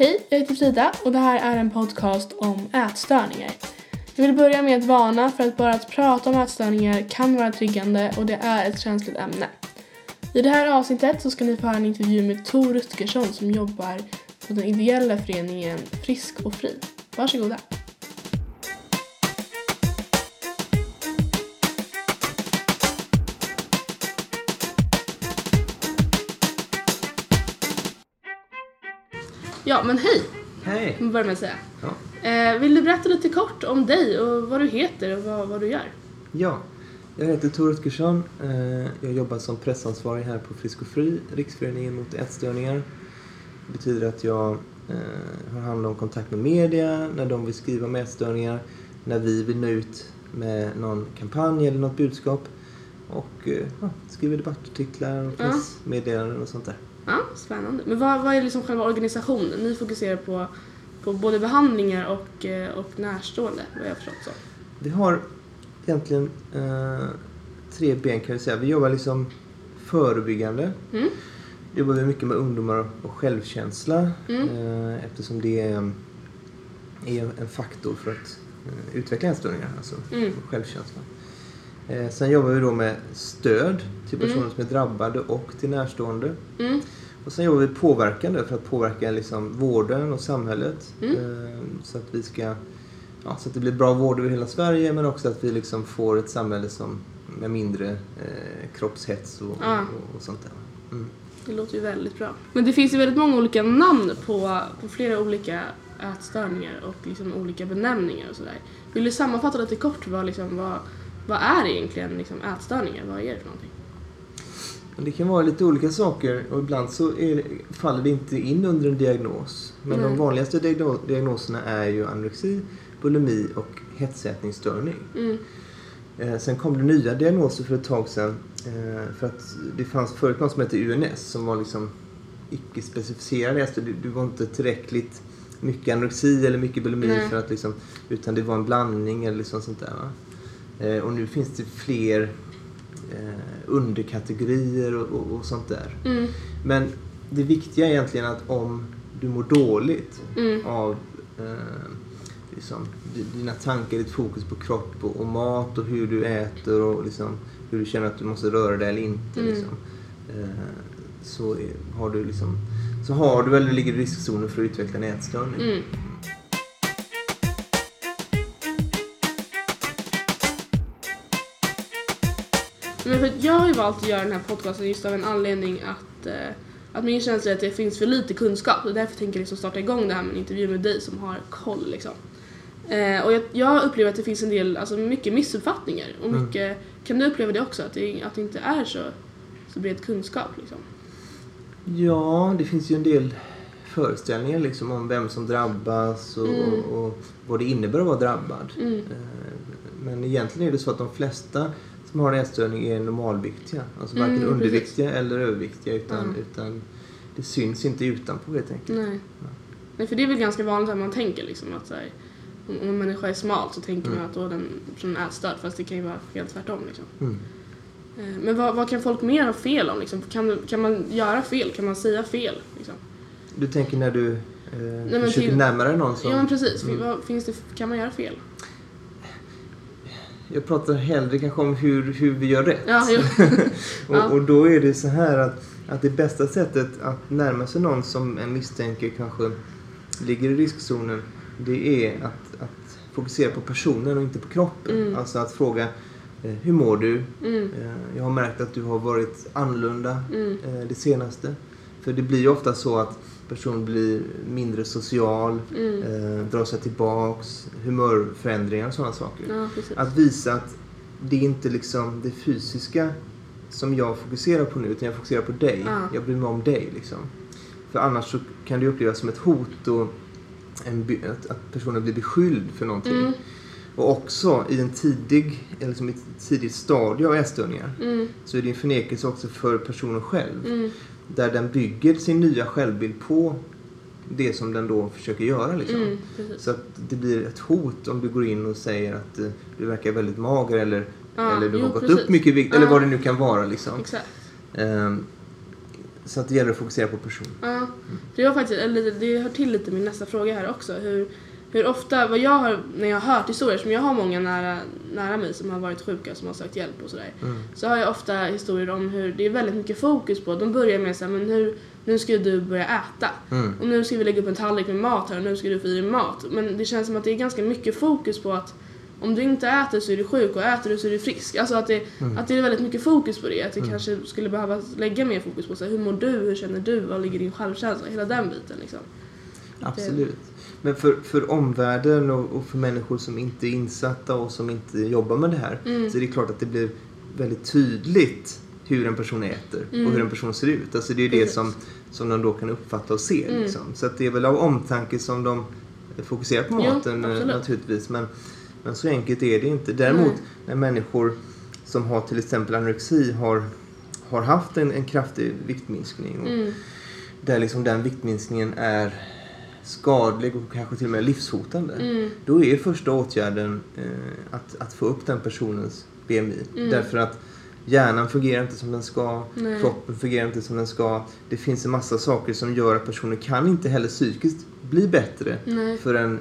Hej, jag heter Frida och det här är en podcast om ätstörningar. Jag vill börja med att varna för att bara att prata om ätstörningar kan vara triggande och det är ett känsligt ämne. I det här avsnittet så ska ni få höra en intervju med Tor Rutgersson som jobbar på den ideella föreningen Frisk och Fri. Varsågoda. Ja, men hej! Hej! Jag börjar med att säga. Ja. Vill du berätta lite kort om dig och vad du heter och vad du gör? Ja, jag heter Tor Rutgersson. Jag jobbar som pressansvarig här på Frisk och Fri, Riksföreningen mot ätstörningar. Det betyder att jag har hand om kontakt med media när de vill skriva om ätstörningar, när vi vill nå ut med någon kampanj eller något budskap och skriver debattartiklar och pressmeddelanden och sånt där. Ja, spännande. Men vad är liksom själva organisationen? Ni fokuserar på både behandlingar och närstående, vad jag förstått så. Vi har egentligen 3 ben kan vi säga. Vi jobbar liksom förebyggande. Jobbar vi mycket med ungdomar och självkänsla eftersom det är en faktor för att utveckla ätstörningar, alltså självkänsla. Sen jobbar vi då med stöd till personer som är drabbade och till närstående. Och sen jobbar vi påverkande för att påverka liksom vården och samhället. Så att vi ska, så att det blir bra vård över hela Sverige, men också att vi liksom får ett samhälle som med mindre kroppshets och sånt där. Det låter ju väldigt bra. Men det finns ju väldigt många olika namn på flera olika ätstörningar och liksom olika benämningar och sådär. Vill du sammanfatta lite kort vad är egentligen liksom ätstörningar? Vad är det för någonting? Det kan vara lite olika saker och ibland så faller det inte in under en diagnos. Men de vanligaste diagnoserna är ju anorexi, bulimi och hetsätningsstörning. Sen kom det nya diagnoser för ett tag sedan. För att det fanns förut något som heter UNS som var liksom icke-specificerad. Du var inte tillräckligt mycket anorexi eller mycket bulimi för att liksom, utan det var en blandning eller liksom sånt där. Och nu finns det fler underkategorier och sånt där. Men det viktiga är egentligen att om du mår dåligt av liksom, dina tankar, ditt fokus på kropp och mat och hur du äter och liksom, hur du känner att du måste röra dig eller inte liksom, så har du eller ligger i riskzonen för att utveckla en ätstörning. Men för jag har ju valt att göra den här podcasten just av en anledning att min känsla är att det finns för lite kunskap. Och därför tänker jag liksom starta igång det här med en intervju med dig som har koll liksom. Och jag upplever att det finns en del, alltså mycket missuppfattningar. Och mycket, kan du uppleva det också? Att det inte är så bred kunskap liksom? Ja, det finns ju en del föreställningar liksom om vem som drabbas och vad det innebär att vara drabbad. Men egentligen är det så att de flesta som har en ätstörning är normalviktiga. Alltså varken underviktiga eller överviktiga utan det syns inte utanpå helt enkelt. Nej, för det är väl ganska vanligt att man tänker liksom att så här, om en människa är smal så tänker man att då den personen är ätstörd, fast det kan ju vara helt tvärtom liksom. Men vad kan folk mer ha fel om liksom? Kan man göra fel? Kan man säga fel liksom? Du tänker när du försöker närmare någon som... Ja, men precis. Kan man göra fel? Jag pratar hellre kanske om hur vi gör rätt. Ja, och då är det så här att det bästa sättet att närma sig någon som en misstänker kanske ligger i riskzonen, det är att fokusera på personen och inte på kroppen. Alltså att fråga, hur mår du? Jag har märkt att du har varit annorlunda det senaste. För det blir ju ofta så att personen blir mindre social, drar sig tillbaks, humörförändringar och sådana saker. Ja, att visa att det är inte liksom det fysiska som jag fokuserar på nu, utan jag fokuserar på dig. Jag bryr mig om dig liksom. För annars så kan det upplevas som ett hot och att personen blir beskylld för någonting. Och också i ett tidigt stadie av ätstörningar så är det en förnekelse också för personen själv. Där den bygger sin nya självbild på det som den då försöker göra liksom. Så att det blir ett hot om du går in och säger att du verkar väldigt mager eller du har gått upp mycket vikt eller vad det nu kan vara liksom. Så att det gäller att fokusera på person. Ja, det var faktiskt, det hör till lite min nästa fråga här också. Hur ofta, vad jag har, när jag har hört historier, som jag har många nära mig som har varit sjuka, som har sökt hjälp och sådär. Så har jag ofta historier om hur det är väldigt mycket fokus på. De börjar med så här, men nu ska du börja äta. Och nu ska vi lägga upp en tallrik med mat här och nu ska du få i dig mat. Men det känns som att det är ganska mycket fokus på att om du inte äter så är du sjuk och äter du så är du frisk. Alltså att det är väldigt mycket fokus på det. Att det kanske skulle behöva lägga mer fokus på så här, hur mår du, hur känner du, vad ligger din självkänsla, hela den biten liksom. Absolut. Men för omvärlden och för människor som inte är insatta och som inte jobbar med det här så är det klart att det blir väldigt tydligt hur en person äter och hur en person ser ut. Alltså det är det som de då kan uppfatta och se. Liksom. Så att det är väl av omtanke som de fokuserar på maten naturligtvis. Men så enkelt är det inte. Däremot när människor som har till exempel anorexi har haft en kraftig viktminskning och där liksom den viktminskningen är skadlig och kanske till och med livshotande. Då är första åtgärden att få upp den personens BMI. Därför att hjärnan fungerar inte som den ska, kroppen fungerar inte som den ska. Det finns en massa saker som gör att personen kan inte heller psykiskt bli bättre förrän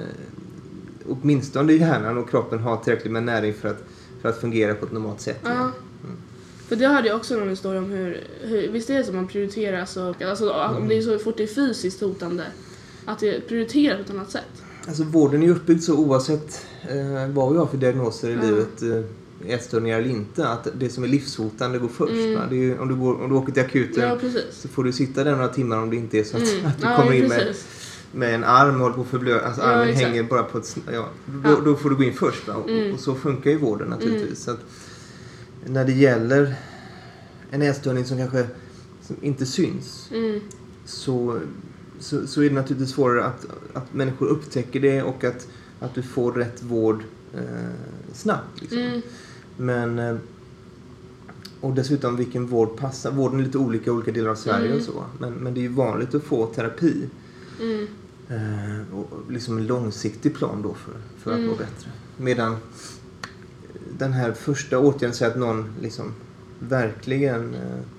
åtminstone hjärnan och kroppen har tillräckligt med näring för att fungera på ett normalt sätt. Ja. För det hörde jag också någon historia om hur visst är det som man prioriterar så, alltså om det är så fort det är fysiskt hotande att det prioriteras på ett annat sätt. Alltså vården är uppbyggd så oavsett vad vi har för diagnoser i livet, ätstörningar eller inte, att det som är livshotande går först. Det är ju, om du åker till akuten så får du sitta där några timmar om det inte är så att du kommer in med en arm och håller på att förblöda, alltså armen hänger bara på ett, då får du gå in först. Och så funkar ju vården naturligtvis. Så att när det gäller en ätstörning som kanske inte syns så är det naturligtvis svårare att människor upptäcker det och att du får rätt vård snabbt. Liksom. Men och dessutom vilken vård passar. Vården är lite olika i olika delar av Sverige och så. Men det är ju vanligt att få terapi. Och liksom en långsiktig plan då för att må bättre. Medan den här första åtgärden säger att någon liksom verkligen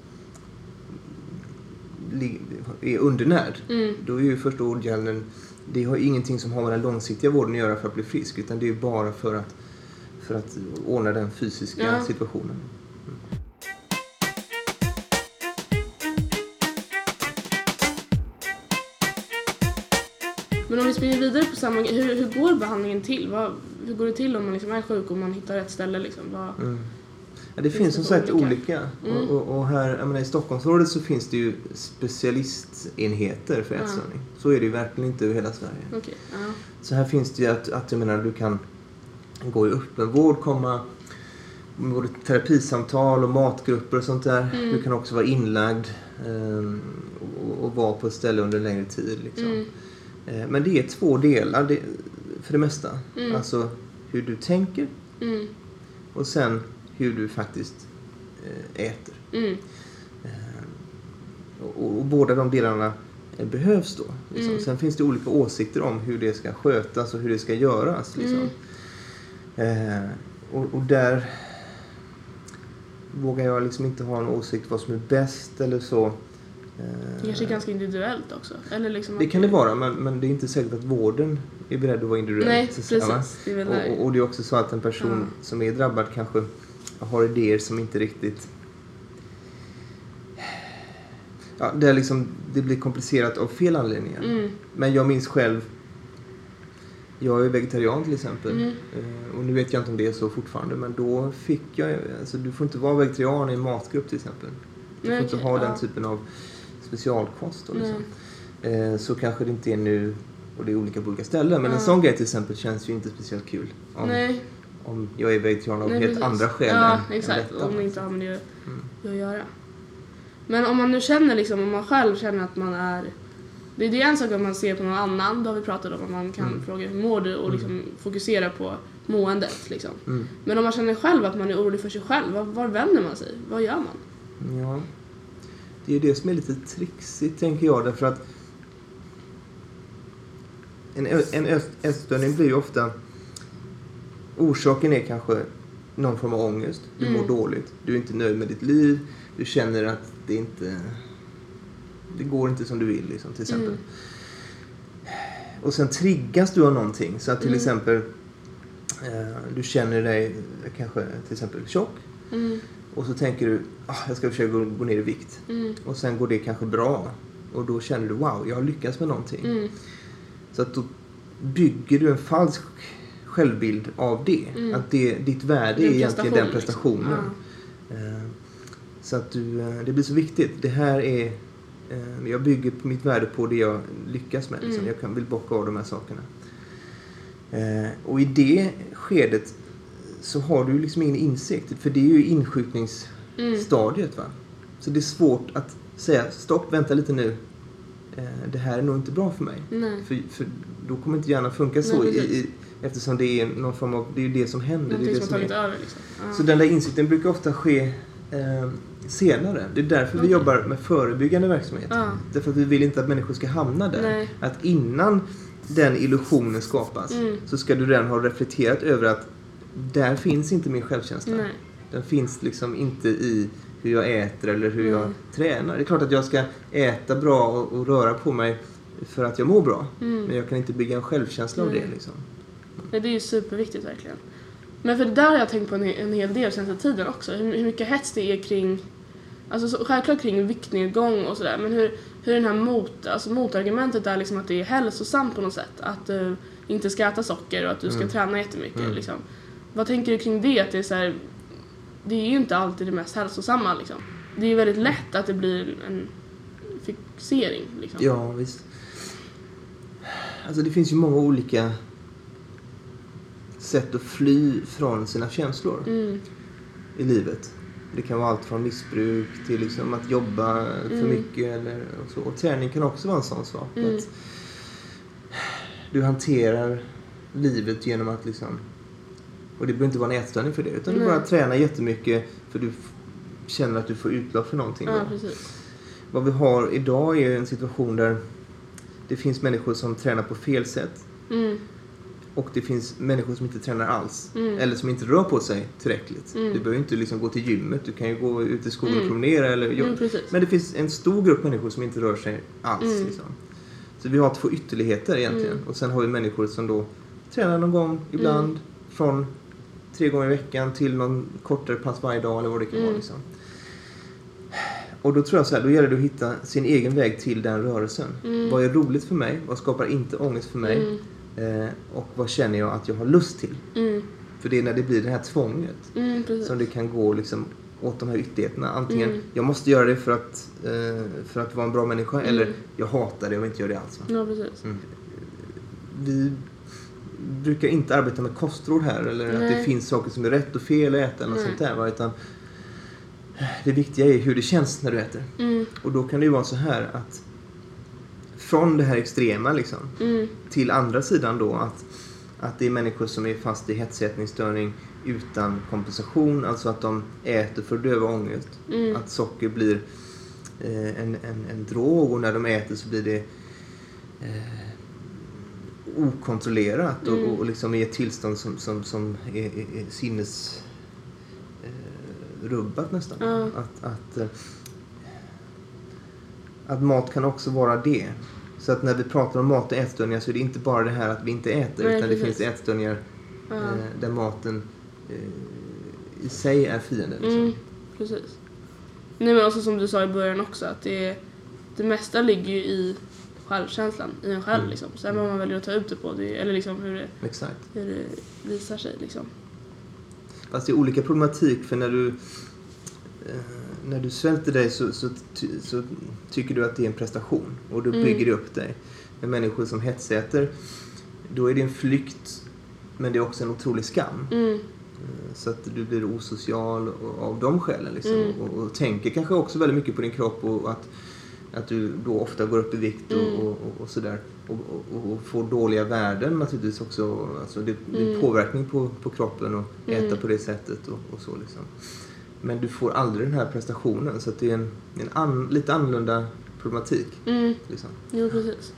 är undernärd. Då är ju första åtgärden, det har ingenting som har med den långsiktiga vården att göra för att bli frisk, utan det är bara för att ordna den fysiska situationen. Men om vi springer vidare på samma, hur går behandlingen till? Hur går det till om man liksom är sjuk och man hittar rätt ställe? Liksom? Ja, det finns som sagt olika. Och här, jag menar, i Stockholmsområdet så finns det ju specialistenheter för ätstörning. Så är det ju verkligen inte över hela Sverige. Okay. Så här finns det ju att jag menar, du kan gå i öppenvård, komma med både terapisamtal och matgrupper och sånt där. Du kan också vara inlagd och vara på ett ställe under en längre tid. Liksom. Men det är två delar för det mesta. Alltså hur du tänker och sen hur du faktiskt äter. Och båda de delarna behövs då. Liksom. Sen finns det olika åsikter om hur det ska skötas och hur det ska göras. Liksom. Och där vågar jag liksom inte ha en åsikt vad som är bäst eller så. Det kanske är ganska individuellt också. Eller liksom det kan det vara, men det är inte säkert att vården är beredd att vara individuell. Nej, precis. Det är väl och det är också så att en person som är drabbad kanske har idéer som inte riktigt... Ja, det blir komplicerat av fel anledningar. Men jag minns själv, jag är vegetarian till exempel. Och nu vet jag inte om det är så fortfarande, men då fick jag... Alltså, du får inte vara vegetarian i en matgrupp till exempel. Du får inte ha den typen av specialkost. Och liksom. Så kanske det inte är nu, och det är olika på olika ställen. Men en sån grej till exempel känns ju inte speciellt kul. Om jag är vegetarian av helt andra skäl än detta. Om det inte har med det att göra. Men om man nu känner liksom, om man själv känner att man är... Det är en sak om man ser på någon annan. Då har vi pratat om att man kan fråga hur mår du och liksom fokusera på måendet. Liksom. Men om man känner själv att man är orolig för sig själv, var vänder man sig? Vad gör man? Ja, det är det som är lite trixigt, tänker jag. Därför att en ätstörning blir ju ofta... Orsaken är kanske någon form av ångest. Du mår dåligt. Du är inte nöjd med ditt liv. Du känner att det inte det går inte som du vill liksom, till exempel. Och sen triggas du av någonting. Så att till exempel du känner dig kanske till exempel tjock. Och så tänker du, jag ska försöka gå ner i vikt. Och sen går det kanske bra. Och då känner du, wow, jag har lyckats med någonting. Så att då bygger du en falsk självbild av det. Att ditt värde är egentligen den prestationen. Liksom. Så att det blir så viktigt. Det här är, jag bygger mitt värde på det jag lyckas med. Liksom. Jag vill bocka av de här sakerna. Och i det skedet så har du liksom ingen insikt. För det är ju inskjutningsstadiet, va? Så det är svårt att säga, stopp, vänta lite nu. Det här är nog inte bra för mig. För då kommer inte hjärnan funka så. Eftersom det är någon form av, det är ju det som händer. Någonting det är det som har tagit över liksom. Så den där insikten brukar ofta ske senare. Det är därför vi jobbar med förebyggande verksamhet. Därför att vi vill inte att människor ska hamna där. Nej. Att innan den illusionen skapas så ska du redan ha reflekterat över att där finns inte min självkänsla. Nej. Den finns liksom inte i hur jag äter eller hur jag tränar. Det är klart att jag ska äta bra och röra på mig för att jag mår bra. Men jag kan inte bygga en självkänsla av det liksom. Nej, det är ju superviktigt verkligen. Men för det där har jag tänkt på en hel del senaste tiden också. Hur mycket hets det är kring, alltså självklart kring viktnedgång och sådär. Men hur den här motargumentet är liksom att det är hälsosamt på något sätt. Att du inte ska äta socker och att du ska träna jättemycket liksom. Vad tänker du kring det? Att det är så här, det är ju inte alltid det mest hälsosamma liksom. Det är ju väldigt lätt att det blir en fixering liksom. Ja, visst. Alltså det finns ju många olika sätt att fly från sina känslor i livet. Det kan vara allt från missbruk till liksom att jobba för mycket eller och så. Och träning kan också vara en sån sak. Att du hanterar livet genom att liksom, och det behöver inte vara en ätstörning för det, utan du bara tränar jättemycket för du känner att du får utlopp för någonting. Ja, precis. Vad vi har idag är en situation där det finns människor som tränar på fel sätt. Och det finns människor som inte tränar alls. Eller som inte rör på sig tillräckligt. Du behöver inte liksom gå till gymmet. Du kan ju gå ut i skogen och promenera. Men det finns en stor grupp människor som inte rör sig alls. Liksom. Så vi har 2 ytterligheter egentligen. Och sen har vi människor som då tränar någon gång ibland. Från 3 gånger i veckan till någon kortare pass varje dag. Eller vad det kan vara liksom. Och då tror jag så här, då gäller det att hitta sin egen väg till den rörelsen. Vad är roligt för mig? Vad skapar inte ångest för mig? Och vad känner jag att jag har lust till? För det är när det blir det här tvånget som det kan gå liksom åt de här ytterligheterna. Antingen jag måste göra det för att vara en bra människa eller jag hatar det och inte gör det alls. Ja, precis. Vi brukar inte arbeta med kostråd här eller att det finns saker som är rätt och fel att äta eller sånt där, utan det viktiga är hur det känns när du äter. Och då kan det ju vara så här att från det här extrema liksom, till andra sidan då att det är människor som är fast i hetsätningsstörning utan kompensation, alltså att de äter för att döva ångest. Att socker blir en drog och när de äter så blir det okontrollerat och liksom i ett tillstånd som är sinnes rubbat nästan. Att mat kan också vara det. Så att när vi pratar om mat och ätstörningar så är det inte bara det här att vi inte äter. Nej, utan det finns ätstörningar där maten i sig är fienden. Liksom. Precis. Nej, men också som du sa i början också, att det mesta ligger ju i självkänslan, i en själv liksom. Sen vad man väljer att ta ut det på, eller liksom hur det visar sig liksom. Fast det är olika problematik, för när du svälter dig så tycker du att det är en prestation och då bygger det upp dig. Med människor som hetsäter, då är det en flykt, men det är också en otrolig skam. Så att du blir osocial av de skälen liksom. Och tänker kanske också väldigt mycket på din kropp och att du då ofta går upp i vikt och sådär. Och får dåliga värden naturligtvis också. Alltså det är en påverkning på kroppen och äta på det sättet och så liksom. Men du får aldrig den här prestationen, så att det är en lite annorlunda problematik. Liksom. Jo, precis.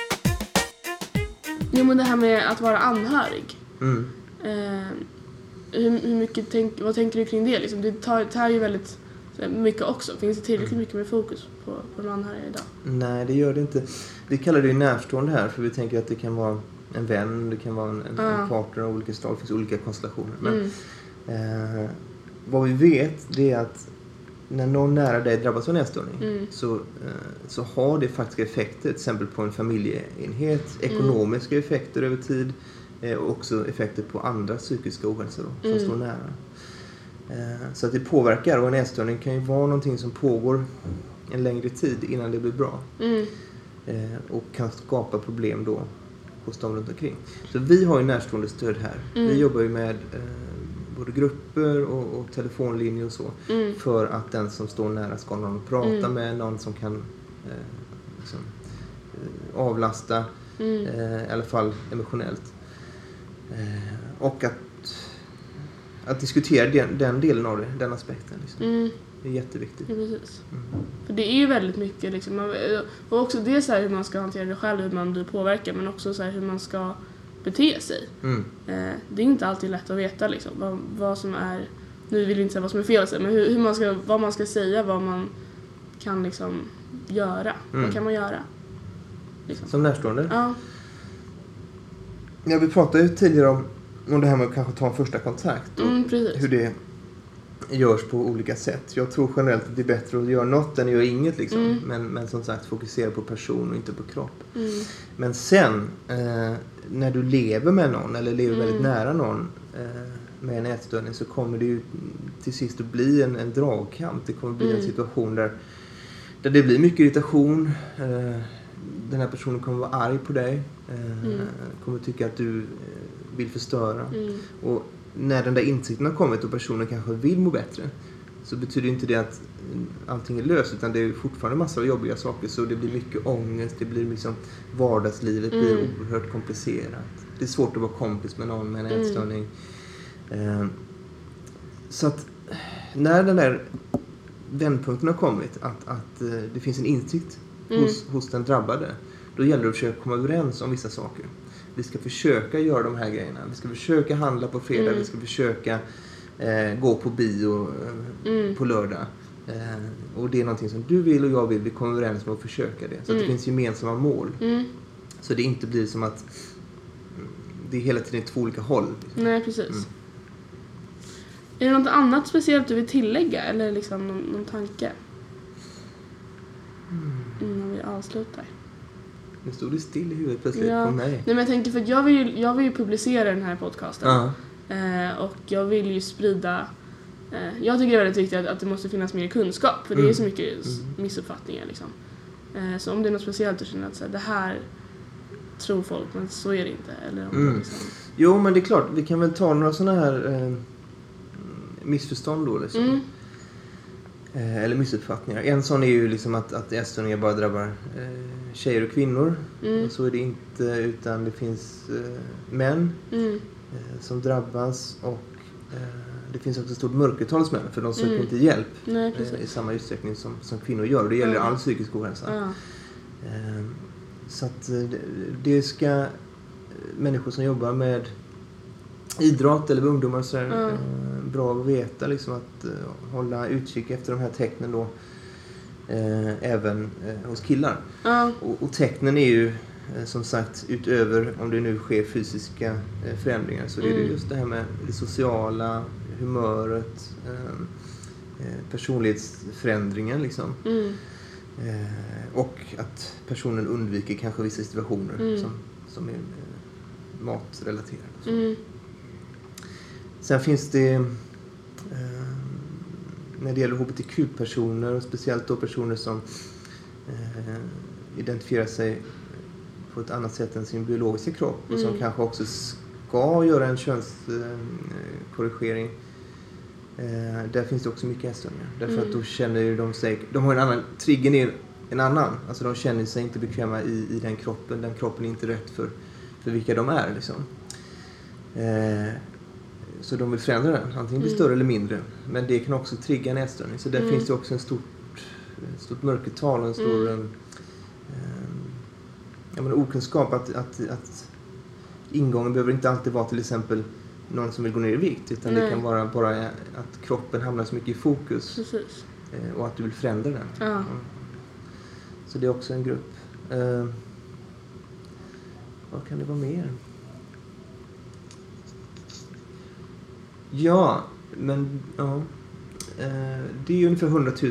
Jo, men det här med att vara anhörig. hur mycket vad tänker du kring det? Liksom? Det tar ju väldigt mycket också. Finns det tillräckligt mycket med fokus på de anhöriga idag? Nej, det gör det inte. Vi kallar det ju närstående här, för vi tänker att det kan vara en vän, det kan vara en partner av olika slag, det finns olika konstellationer. Men vad vi vet, det är att när någon nära dig drabbas av en ätstörning så har det faktiska effekter, till exempel på en familjeenhet, ekonomiska effekter över tid, och också effekter på andra psykiska ohälsa då, som står nära. Så att det påverkar, och en ätstörning kan ju vara någonting som pågår en längre tid innan det blir bra. Och kan skapa problem då hos dem runt omkring. Så vi har ju närstående stöd här. Vi jobbar ju med både grupper och telefonlinjer och så. För att den som står nära ska någon prata med, någon som kan liksom, avlasta, i alla fall emotionellt. Och att diskutera den delen av det, den aspekten. Liksom. Det är jätteviktigt. Ja, precis. För det är ju väldigt mycket. Liksom, och också det är så här hur man ska hantera det själv, hur man blir påverkad, men också så här hur man ska bete sig. Det är inte alltid lätt att veta liksom, vad som är, nu vill jag inte säga vad som är fel, men vad man ska säga, vad man kan liksom göra. Vad kan man göra? Liksom. Som närstående? Ja. Ja, vi pratade ju tidigare om det här med att kanske ta en första kontakt och hur det görs på olika sätt. Jag tror generellt att det är bättre att göra något än att göra inget liksom. Men som sagt, fokusera på person och inte på kropp. Men sen när du lever med någon eller lever väldigt nära någon med en ätstörning, så kommer det ju till sist att bli en dragkamp. Det kommer bli en situation där det blir mycket irritation. Den här personen kommer vara arg på dig. Kommer tycka att du vill förstöra. Och när den där insikten har kommit och personen kanske vill må bättre, så betyder inte det att allting är löst, utan det är fortfarande massor av jobbiga saker. Så det blir mycket ångest, det blir liksom vardagslivet blir oerhört komplicerat. Det är svårt att vara kompis med någon med en ätstörning. Så att när den där vändpunkten har kommit, att det finns en insikt hos den drabbade, då gäller det att försöka komma överens om vissa saker. Vi ska försöka göra de här grejerna. Vi ska försöka handla på fredag. Vi ska försöka gå på bio på lördag. Och det är någonting som du vill och jag vill. Vi kommer överens om att försöka det. Så att det finns gemensamma mål. Så det inte blir som att det är hela tiden två olika håll. Nej, precis. Är det något annat speciellt du vill tillägga? Eller liksom någon tanke? Innan vi avslutar. Nu stod det still i huvudet plötsligt på mig. Nej, men jag tänker, för att jag vill ju publicera den här podcasten. Och jag vill ju sprida. Jag tycker det är väldigt viktigt att det måste finnas mer kunskap. För det är så mycket missuppfattningar liksom. Så om det är något speciellt du känner att så här, det här tror folk, men så är det inte. Eller om det liksom... Jo, men det är klart. Vi kan väl ta några sådana här missförstånd då liksom. Eller missuppfattningar. En sån är ju liksom att ätstörningar bara drabbar tjejer och kvinnor. Så är det inte, utan det finns män som drabbas, och det finns också ett stort mörkertal hos män, för de söker inte hjälp i samma utsträckning som kvinnor gör. Det gäller all psykisk ohälsa. Så att det ska människor som jobbar med idrott eller ungdomar så är bra att veta liksom, att hålla utkik efter de här tecknen då, även hos killar. Och tecknen är ju som sagt, utöver om det nu sker fysiska förändringar, så är det just det här med det sociala, humöret, personlighetsförändringen liksom. Och att personen undviker kanske vissa situationer som är matrelaterade. Sen finns det när det gäller hbtq-personer, och speciellt då personer som identifierar sig på ett annat sätt än sin biologiska kropp, och som kanske också ska göra en könskorrigering. Där finns det också mycket ätstörningar. Därför att då känner de sig, de har en annan, triggern är en annan. Alltså de känner sig inte bekväma i den kroppen. Den kroppen är inte rätt för vilka de är liksom. Så de vill förändra den. Antingen bli större eller mindre. Men det kan också trigga en ätstörning. Så där finns det också en stort mörkertal och en stor okunskap att ingången behöver inte alltid vara till exempel någon som vill gå ner i vikt, utan det kan vara bara att kroppen hamnar så mycket i fokus. Precis. Och att du vill förändra den. Ja. Så det är också en grupp. Vad kan det vara mer? Ja, men det är ju ungefär 100 000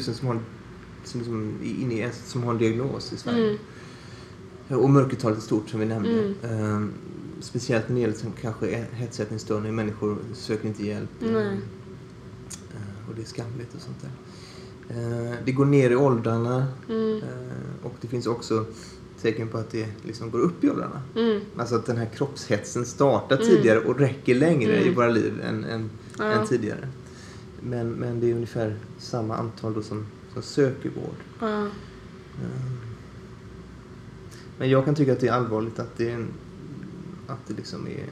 som har en diagnos i Sverige. Och mörkertalet är stort, som vi nämnde. Speciellt när det gäller kanske hetsätningsstörning. Människor söker inte hjälp. Och det är skamligt och sånt där. Det går ner i åldrarna. Och det finns också tecken på att det liksom går upp i åldrarna. Alltså att den här kroppshetsen startar tidigare och räcker längre i våra liv än tidigare. Men det är ungefär samma antal då som söker vård. Men jag kan tycka att det är allvarligt att det liksom är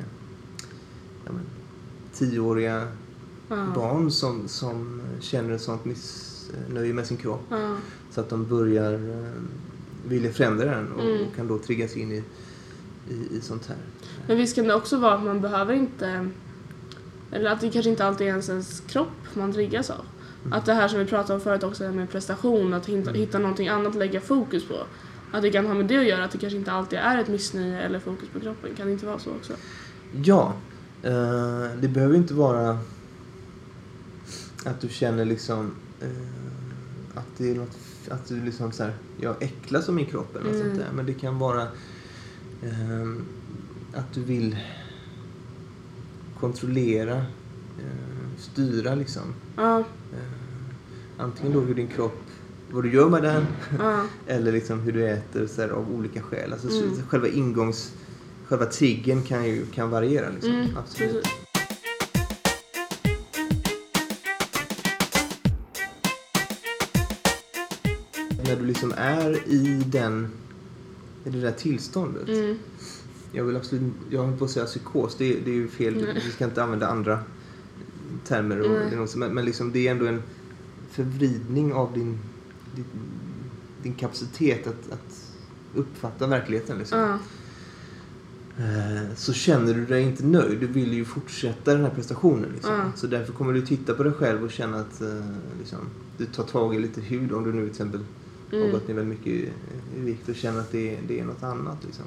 10-åriga barn som känner ett sånt missnöje med sin kropp. Så att de börjar vilja förändra den och kan då triggas in i sånt här. Men visst kan det också vara att man behöver inte, eller att det kanske inte alltid är ens kropp man triggas av. Att det här som vi pratade om förut också med prestation, att hitta någonting annat att lägga fokus på. Att det kan ha med det att göra, att det kanske inte alltid är ett missnöje eller fokus på kroppen. Kan det inte vara så också? Ja, det behöver inte vara att du känner liksom att det är något, att du liksom så här, jag äcklas om min kropp eller något sånt där. Men det kan vara att du vill kontrollera, styra liksom. Antingen då hur din kropp, vad du gör med den, eller liksom hur du äter så här, av olika skäl. Alltså själva triggern kan variera liksom. Absolut. Precis. När du liksom är i det där tillståndet. Jag håller på att säga psykos, det är ju fel. Vi ska inte använda andra termer. Men liksom, det är ändå en förvridning av din kapacitet att uppfatta verkligheten. Liksom. Så känner du dig inte nöjd. Du vill ju fortsätta den här prestationen. Liksom. Så därför kommer du titta på dig själv och känna att liksom, du tar tag i lite hud. Om du nu till exempel har gått ner väldigt mycket i vikt och känner att det är något annat. Liksom.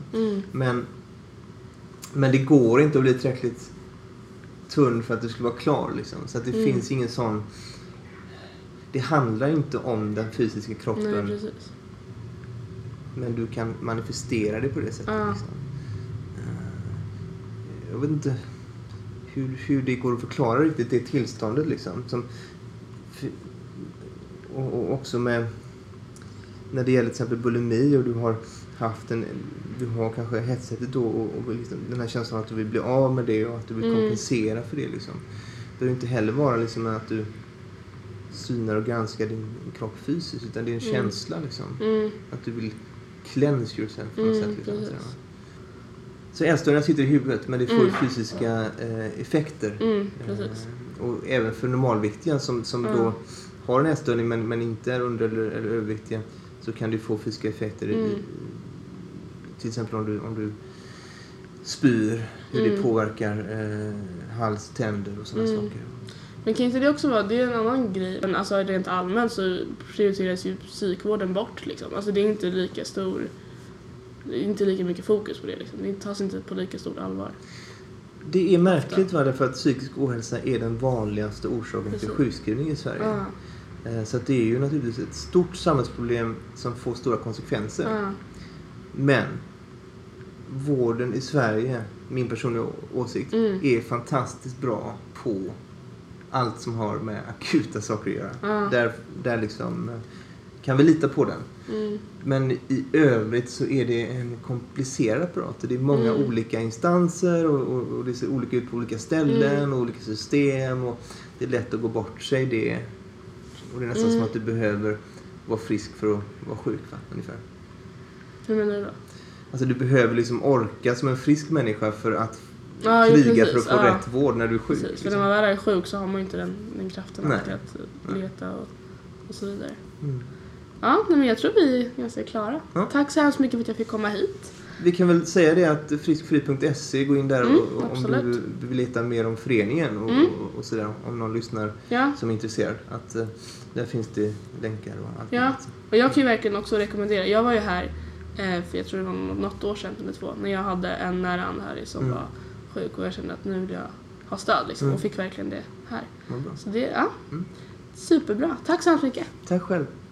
Men det går inte att bli tillräckligt tunn för att du skulle vara klar. Liksom. Så att det finns ingen sån... Det handlar inte om den fysiska kroppen. Nej, precis. Men du kan manifestera det på det sättet. Liksom. Jag vet inte hur det går att förklara riktigt det tillståndet. Liksom. Och också med... När det gäller till exempel bulimi och du har haft du har kanske hetsättet då och liksom, den här känslan att du vill bli av med det och att du vill kompensera för det liksom. Det behöver inte heller vara liksom att du synar och granskar din kropp fysiskt, utan det är en känsla liksom. Att du vill cleanse yourself på något sätt liksom. Så ätstörningar sitter i huvudet, men det får fysiska effekter. Och även för normalviktiga som då har en ätstörning men inte är under- eller överviktiga, så kan du få fysiska effekter till exempel om du spyr, hur det påverkar hals, tänder och sådana saker. Men kan inte det också vara, det är en annan grej, men alltså rent allmänt så prioriteras ju psykvården bort liksom. Alltså det är inte lika mycket fokus på det liksom. Det tas inte på lika stort allvar. Det är märkligt därför att psykisk ohälsa är den vanligaste orsaken till sjukskrivning i Sverige. Så att det är ju naturligtvis ett stort samhällsproblem som får stora konsekvenser. Men vården i Sverige, min personliga åsikt, är fantastiskt bra på allt som har med akuta saker att göra. Där liksom kan vi lita på den. Men i övrigt så är det en komplicerad apparat. Det är många olika instanser och det ser olika ut på olika ställen och olika system, och det är lätt att gå bort sig det. Och det är nästan som att du behöver vara frisk för att vara sjuk, ungefär. Hur menar du då? Alltså du behöver liksom orka som en frisk människa för att kriga för att få rätt vård när du är sjuk. Precis, för när man väl är sjuk så har man inte den kraften att leta och så vidare. Ja, men jag tror vi är ganska klara. Tack så hemskt mycket för att jag fick komma hit. vi kan väl säga det att friskfri.se, gå in där om absolut. du vill veta mer om föreningen och sådär, om någon lyssnar som är intresserad, att där finns det länkar och allt. Ja, och jag kan ju verkligen också rekommendera. Jag var ju här för jag tror det var något år sedan eller 2 när jag hade en nära anhörig som var sjuk och jag kände att nu vill jag ha stöd liksom, och fick verkligen det här. Ja, bra. Så det, superbra. Tack så mycket. Tack själv.